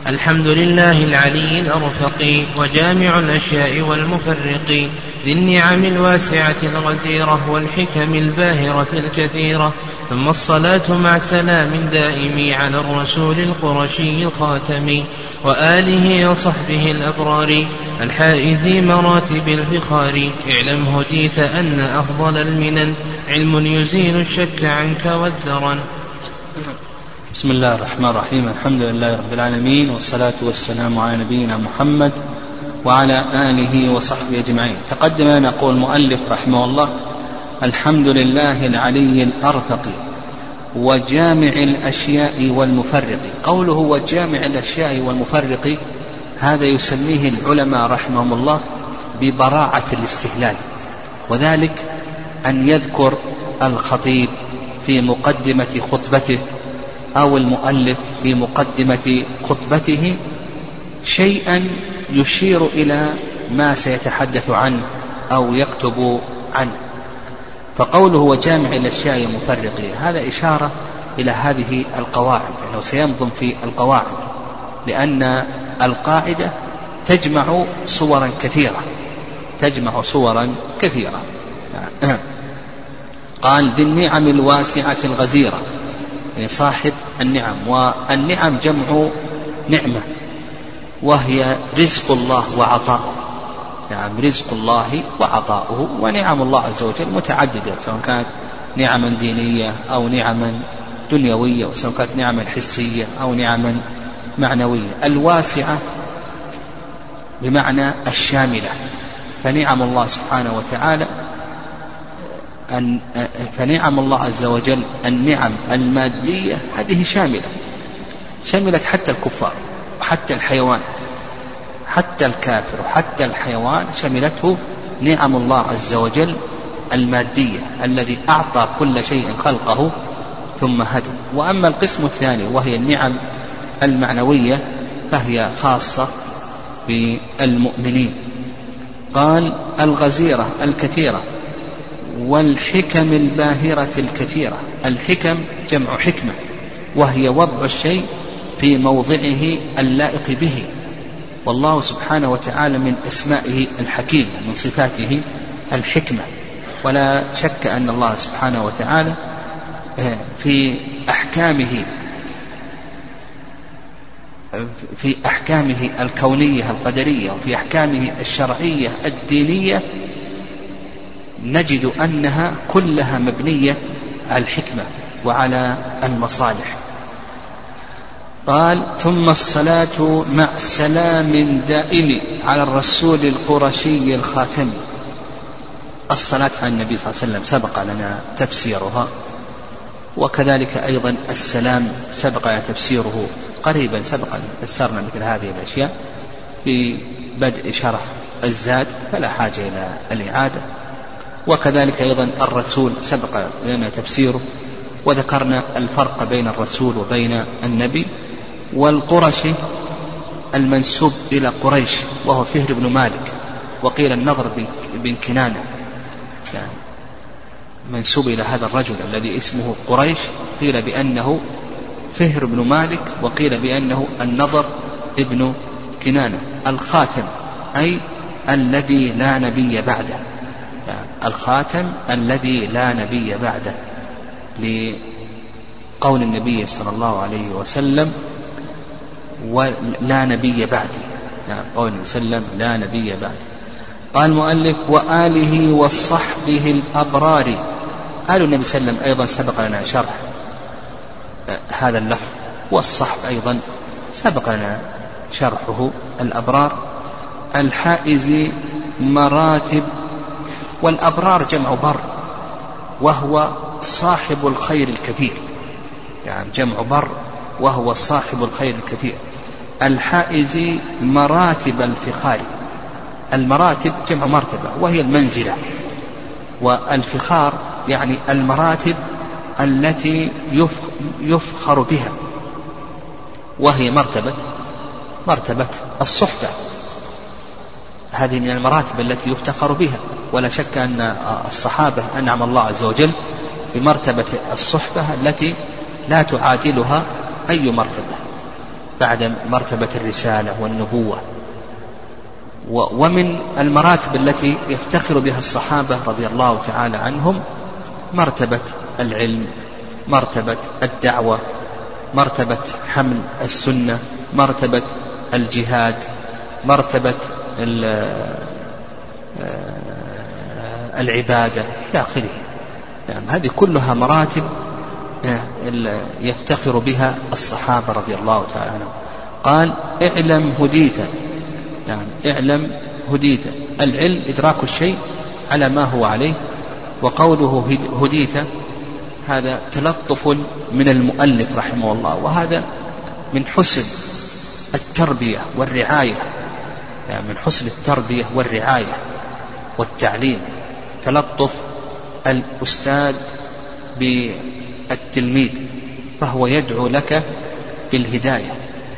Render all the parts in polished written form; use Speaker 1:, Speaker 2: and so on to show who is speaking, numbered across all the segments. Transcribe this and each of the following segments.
Speaker 1: الحمد لله العلي الأرفق وجامع الأشياء والمفرق ذي النعم الواسعة الغزيرة والحكم الباهرة الكثيرة، ثم الصلاة مع سلام دائم على الرسول القرشي الخاتم وآله وصحبه الأبرار الحائز مراتب الفخار. اعلم هديت أن أفضل المنن علم يزيل الشك عنك والدرن.
Speaker 2: بسم الله الرحمن الرحيم. الحمد لله رب العالمين، والصلاة والسلام على نبينا محمد وعلى آله وصحبه أجمعين. تقدم أن يقول المؤلف رحمه الله: الحمد لله العلي الأرفق وجامع الأشياء والمفرق. قوله وجامع الأشياء والمفرق هذا يسميه العلماء رحمهم الله ببراعة الاستهلال، وذلك أن يذكر الخطيب في مقدمة خطبته أو المؤلف في مقدمة خطبته شيئا يشير إلى ما سيتحدث عنه أو يكتب عنه. فقوله وجامع الأشياء المفرقة هذا إشارة إلى هذه القواعد، أنه سينظم في القواعد، لأن القاعدة تجمع صورا كثيرة. قال ذي النعم الواسعة الغزيرة، يعني صاحب النعم، والنعم جمع نعمة وهي رزق الله وعطاؤه، يعني رزق الله وعطاؤه. ونعم الله عز وجل متعددة، سواء كانت نعما دينية أو نعما دنيوية، وسواء كانت نعما حسية أو نعما معنوية. الواسعة بمعنى الشاملة، فنعم الله سبحانه وتعالى فنعم الله عز وجل النعم المادية هذه شملت حتى الكفار وحتى الحيوان، حتى الكافر وحتى الحيوان شملته نعم الله عز وجل المادية، الذي أعطى كل شيء خلقه ثم هدى. وأما القسم الثاني وهي النعم المعنوية فهي خاصة بالمؤمنين. قال الغزيرة الكثيرة والحكم الباهرة الكثيرة. الحكم جمع حكمة، وهي وضع الشيء في موضعه اللائق به، والله سبحانه وتعالى من أسمائه الحكيم، من صفاته الحكمة. ولا شك أن الله سبحانه وتعالى في أحكامه الكونية القدرية وفي أحكامه الشرعية الدينية نجد أنها كلها مبنية على الحكمة وعلى المصالح. قال ثم الصلاة مع سلام دائم على الرسول القرشي الخاتم. الصلاة على النبي صلى الله عليه وسلم سبق لنا تفسيرها، وكذلك أيضا السلام سبق لنا تفسيره قريبا، سبق أن فسرنا مثل هذه الأشياء في بدء شرح الزاد، فلا حاجة إلى الإعادة. وكذلك أيضا الرسول سبق لنا تفسيره، وذكرنا الفرق بين الرسول وبين النبي. والقرشي المنسوب إلى قريش وهو فهر بن مالك، وقيل النضر بن كنانة، يعني منسوب إلى هذا الرجل الذي اسمه قريش، قيل بأنه فهر بن مالك وقيل بأنه النضر ابن كنانة. الخاتم أي الذي لا نبي بعده، الخاتم الذي لا نبي بعده، لقول النبي صلى الله عليه وسلم ولا نبي بعدي، قول النبي صلى الله عليه وسلم لا نبي بعدي. قال المؤلف وآله وصحبه الأبرار. آل النبي صلى الله عليه وسلم أيضا سبق لنا شرح هذا اللفظ، والصحب أيضا سبق لنا شرحه. الأبرار الحائز مراتب، والأبرار جمع بر وهو صاحب الخير الكثير، يعني جمع بر وهو صاحب الخير الكثير. الحائز مراتب الفخار. المراتب جمع مرتبة وهي المنزلة، والفخار يعني المراتب التي يفخر بها، وهي مرتبة الصحبة. هذه من المراتب التي يفتخر بها، ولا شك أن الصحابة أنعم الله عز وجل بمرتبة الصحبة التي لا تعادلها أي مرتبة. بعد مرتبة الرسالة والنبوة. ومن المراتب التي يفتخر بها الصحابة رضي الله تعالى عنهم مرتبة العلم، مرتبة الدعوة، مرتبة حمل السنة، مرتبة الجهاد، مرتبة العبادة إلى آخره. يعني هذه كلها مراتب يفتخر بها الصحابة رضي الله تعالى عنهم. قال اعلم هديت، يعني اعلم هديت. العلم إدراك الشيء على ما هو عليه، وقوله هديت هذا تلطف من المؤلف رحمه الله، وهذا من حسن التربية والرعاية، يعني من حسن التربية والرعاية والتعليم، تلطف الأستاذ بالتلميذ، فهو يدعو لك بالهداية.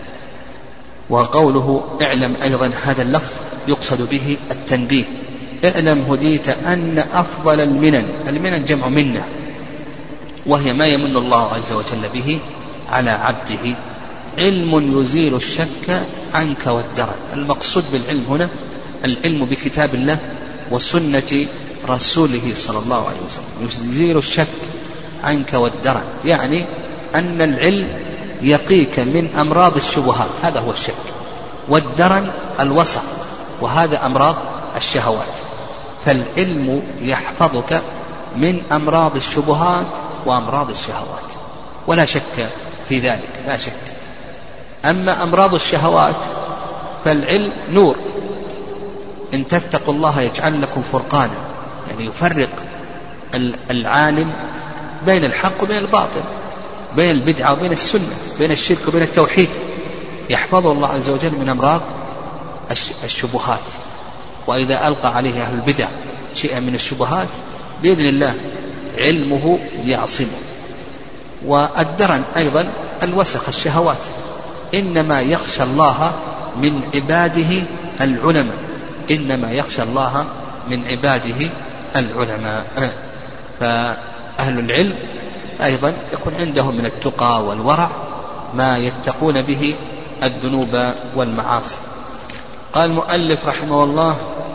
Speaker 2: وقوله اعلم أيضا هذا اللفظ يقصد به التنبيه. اعلم هديت أن أفضل المنن جمع منة، وهي ما يمن الله عز وجل به على عبده، علم يزيل الشك عنك والدرن. المقصود بالعلم هنا العلم بكتاب الله وسنة رسوله صلى الله عليه وسلم، يزيل الشك عنك والدرن، يعني أن العلم يقيك من أمراض الشبهات، هذا هو الشك، والدرن الوسع، وهذا أمراض الشهوات. فالعلم يحفظك من أمراض الشبهات وأمراض الشهوات، ولا شك في ذلك، لا شك. أما أمراض الشهوات فالعلم نور، إن تتقوا الله يجعل لكم فرقانا، يعني يفرق العالم بين الحق وبين الباطل، بين البدعة وبين السنة، بين الشرك وبين التوحيد، يحفظه الله عز وجل من أمراض الشبهات. وإذا ألقى عليه أهل البدع شيئا من الشبهات بإذن الله علمه يعصمه. والدرن أيضا الوسخ، الشهوات. إنما يخشى الله من عباده العلماء، إنما يخشى الله من عباده العلماء. فأهل العلم أيضا يكون عندهم من التقى والورع ما يتقون به الذنوب والمعاصي. قال المؤلف رحمه الله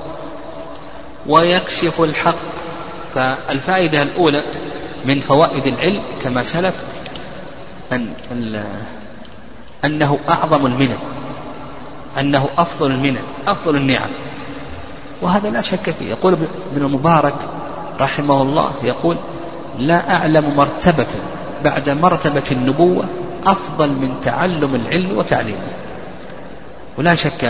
Speaker 2: ويكشف الحق. فالفائدة الأولى من فوائد العلم كما سلف أنه أعظم المنن، أنه أفضل المنن، أفضل النعم، وهذا لا شك فيه. يقول ابن المبارك رحمه الله، يقول لا أعلم مرتبة بعد مرتبة النبوة أفضل من تعلم العلم وتعليمه. ولا شك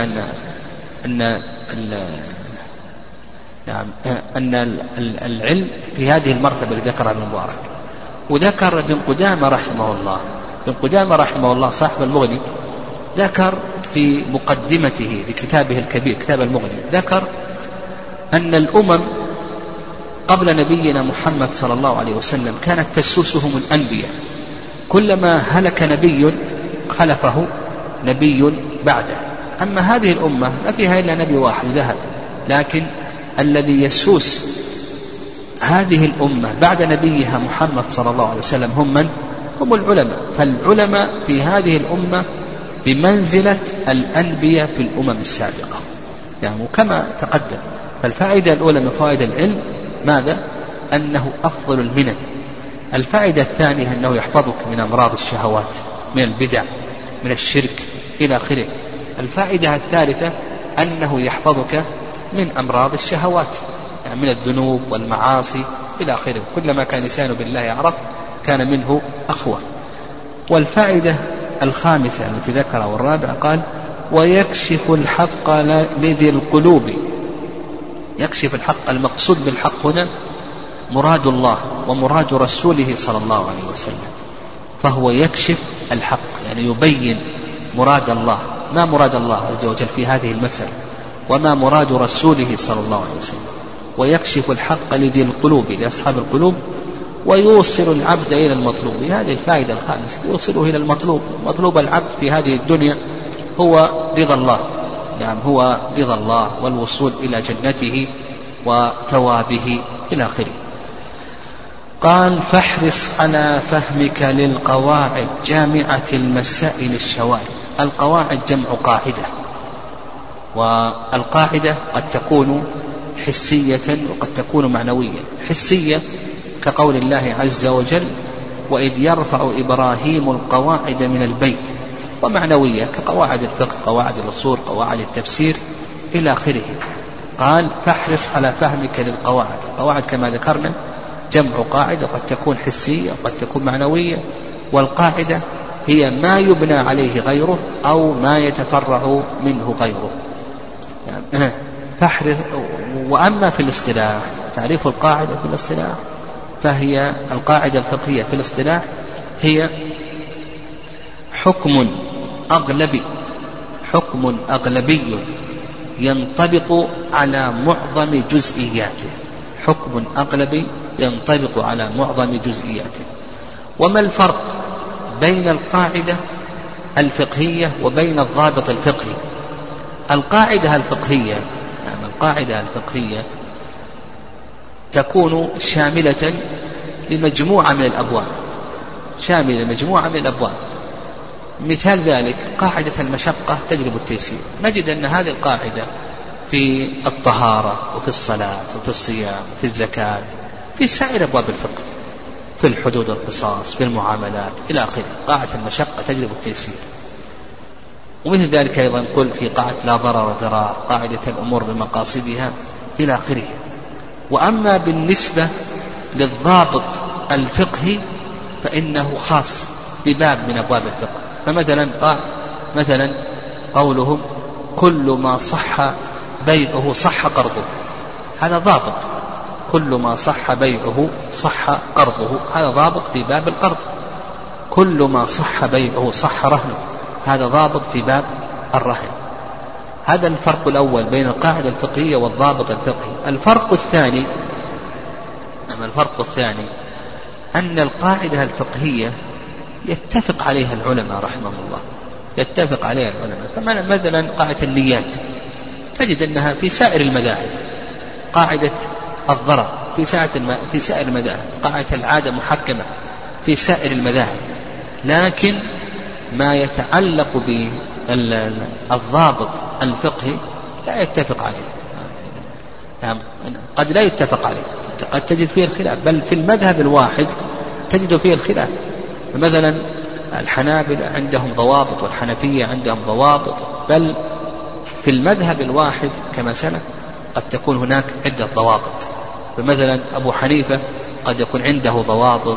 Speaker 2: أن العلم في هذه المرتبة اللي ذكرها ابن المبارك. وذكر ابن قدامة رحمه الله، ابن قدامة رحمه الله صاحب المغني، ذكر في مقدمته لكتابه الكبير كتاب المغني، ذكر أن الأمم قبل نبينا محمد صلى الله عليه وسلم كانت تسوسهم الأنبياء، كلما هلك نبي خلفه نبي بعده. أما هذه الأمة ما فيها إلا نبي واحد ذهب، لكن الذي يسوس هذه الأمة بعد نبيها محمد صلى الله عليه وسلم هم من؟ هم العلماء. فالعلماء في هذه الأمة بمنزلة الأنبياء في الأمم السابقة، يعني كما تقدم. فالفائدة الأولى من فوائد العلم ماذا؟ أنه أفضل المنن. الفائدة الثانية أنه يحفظك من أمراض الشهوات، من البدع، من الشرك إلى آخره. الفائدة الثالثة أنه يحفظك من أمراض الشهوات، يعني من الذنوب والمعاصي إلى آخره. كلما كان لسانه بالله يعرف كان منه أقوى. والفائدة الخامسة التي ذكرها والرابعة قال ويكشف الحق لذي القلوب. يكشف الحق، المقصود بالحق هنا مراد الله ومراد رسوله صلى الله عليه وسلم، فهو يكشف الحق، يعني يبين مراد الله، ما مراد الله عز وجل في هذه المسألة، وما مراد رسوله صلى الله عليه وسلم. ويكشف الحق لذي القلوب، لأصحاب القلوب، ويوصل العبد إلى المطلوب. هذه الفائدة الخامسة، يوصله إلى المطلوب. مطلوب العبد في هذه الدنيا هو رضا الله، يعني هو رضا الله والوصول إلى جنته وثوابه إلى آخره. قال فاحرص على فهمك للقواعد جامعة المسائل الشوارد. القواعد جمع قاعدة، والقاعدة قد تكون حسية وقد تكون معنوية. حسية كقول الله عز وجل وإذ يرفع إبراهيم القواعد من البيت، ومعنوية كقواعد الفقه، قواعد الأصول، قواعد التفسير إلى آخره. قال فاحرص على فهمك للقواعد. القواعد كما ذكرنا جمع قاعدة، قد تكون حسية وقد تكون معنوية، والقاعدة هي ما يبنى عليه غيره أو ما يتفرع منه غيره. فاحرص. وأما في الاصطلاح تعريف القاعدة في الاصطلاح، فهي القاعدة الفقهية في الاصطلاح هي حكم أغلبي ينطبق على معظم جزئياته. حكم أغلبي ينطبق على معظم جزئياته. وما الفرق بين القاعدة الفقهية وبين الضابط الفقهي؟ القاعدة الفقهية تكون شاملة لمجموعة من الأبواب. مثال ذلك قاعدة المشقة تجلب التيسير. نجد أن هذه القاعدة في الطهارة وفي الصلاة وفي الصيام وفي الزكاة، في سائر أبواب الفقه، في الحدود والقصاص، في المعاملات إلى آخره. قاعدة المشقة تجلب التيسير. ومثل ذلك أيضا نقول في قاعدة لا ضرر ضرار، قاعدة الأمور بمقاصدها إلى آخره. وأما بالنسبة للضابط الفقهي فإنه خاص بباب من أبواب الفقه. فمثلا قولهم كل ما صح بيعه صح قرضه، هذا ضابط. كل ما صح بيعه صح قرضه، هذا ضابط في باب القرض. كل ما صح بيعه صح رهنه، هذا ضابط في باب الرهن. هذا الفرق الأول بين القاعدة الفقهية والضابط الفقهي. الفرق الثاني أن القاعدة الفقهية يتفق عليها العلماء رحمهم الله، فمثلا قاعدة النيات تجد أنها في سائر المذاهب. قاعدة الضرر في سائر المذاهب. قاعدة العادة محكمة في سائر المذاهب. لكن ما يتعلق بالضابط الفقهي لا يتفق عليه، قد لا يتفق عليه، قد تجد فيه الخلاف، بل في المذهب الواحد تجد فيه الخلاف. مثلا الحنابلة عندهم ضوابط والحنفية عندهم ضوابط، بل في المذهب الواحد كما سلف قد تكون هناك عدة ضوابط. فمثلا أبو حنيفة قد يكون عنده ضوابط،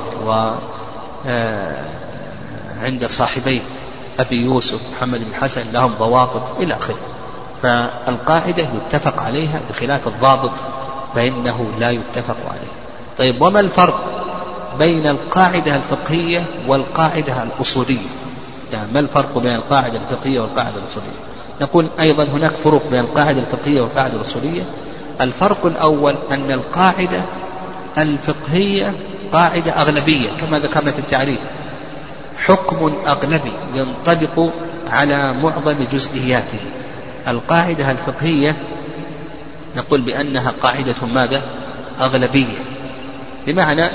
Speaker 2: وعند صاحبيه أبي يوسف محمد بن حسن لهم ضوابط إلى آخره. فالقاعدة يتفق عليها بخلاف الضابط فإنه لا يتفق عليه. طيب، وما الفرق بين القاعدة الفقهية والقاعدة الأصولية؟ ما الفرق بين القاعدة الفقهية والقاعدة الأصولية؟ نقول أيضا هناك فروق بين القاعدة الفقهية والقاعدة الأصولية. الفرق الأول أن القاعدة الفقهية قاعدة أغلبية كما ذكرنا في التعريف، حكم أغلبي ينطبق على معظم جزئياته. القاعدة الفقهية نقول بأنها قاعدة ماذا؟ أغلبية، بمعنى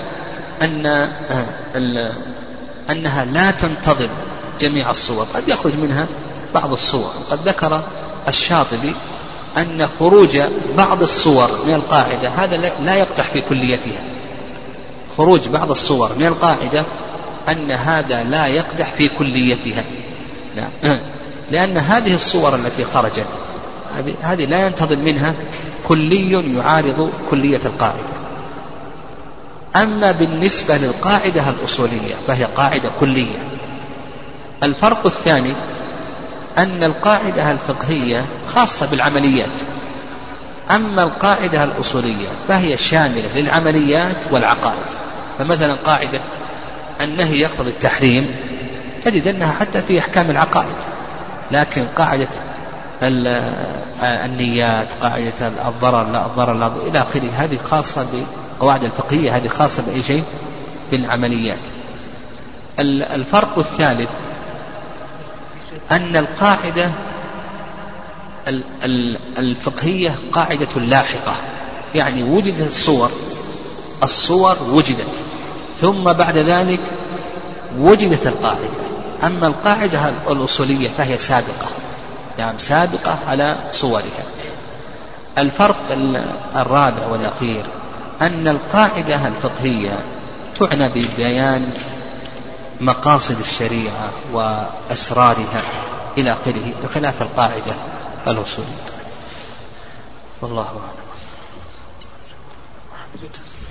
Speaker 2: أنها لا تنتظم جميع الصور، قد يخرج منها بعض الصور. قد ذكر الشاطبي أن خروج بعض الصور من القاعدة هذا لا يقدح في كليتها. خروج بعض الصور من القاعدة أن هذا لا يقدح في كليتها، لأن هذه الصور التي خرجت هذه لا ينتظم منها كلي يعارض كلية القاعدة. أما بالنسبة للقاعدة الأصولية فهي قاعدة كلية. الفرق الثاني أن القاعدة الفقهية خاصة بالعمليات، أما القاعدة الأصولية فهي شاملة للعمليات والعقائد. فمثلا قاعدة النهي يقتضي التحريم تجد أنها حتى في أحكام العقائد، لكن قاعدة النيات، قاعدة الضرر لا الضرر لا إلى آخره، هذه خاصة بالقواعد الفقهية، هذه خاصة بأي شيء بالعمليات. الفرق الثالث أن القاعدة الفقهية قاعدة لاحقة، يعني وجدت الصور وجدت ثم بعد ذلك وجدت القاعدة. أما القاعدة الأصولية فهي سابقة، نعم سابقة على صورها. الفرق الرابع والأخير أن القاعدة الفقهية تعنى ببيان مقاصد الشريعة وأسرارها إلى آخره، بخلاف القاعدة الأصولية. والله أعلم.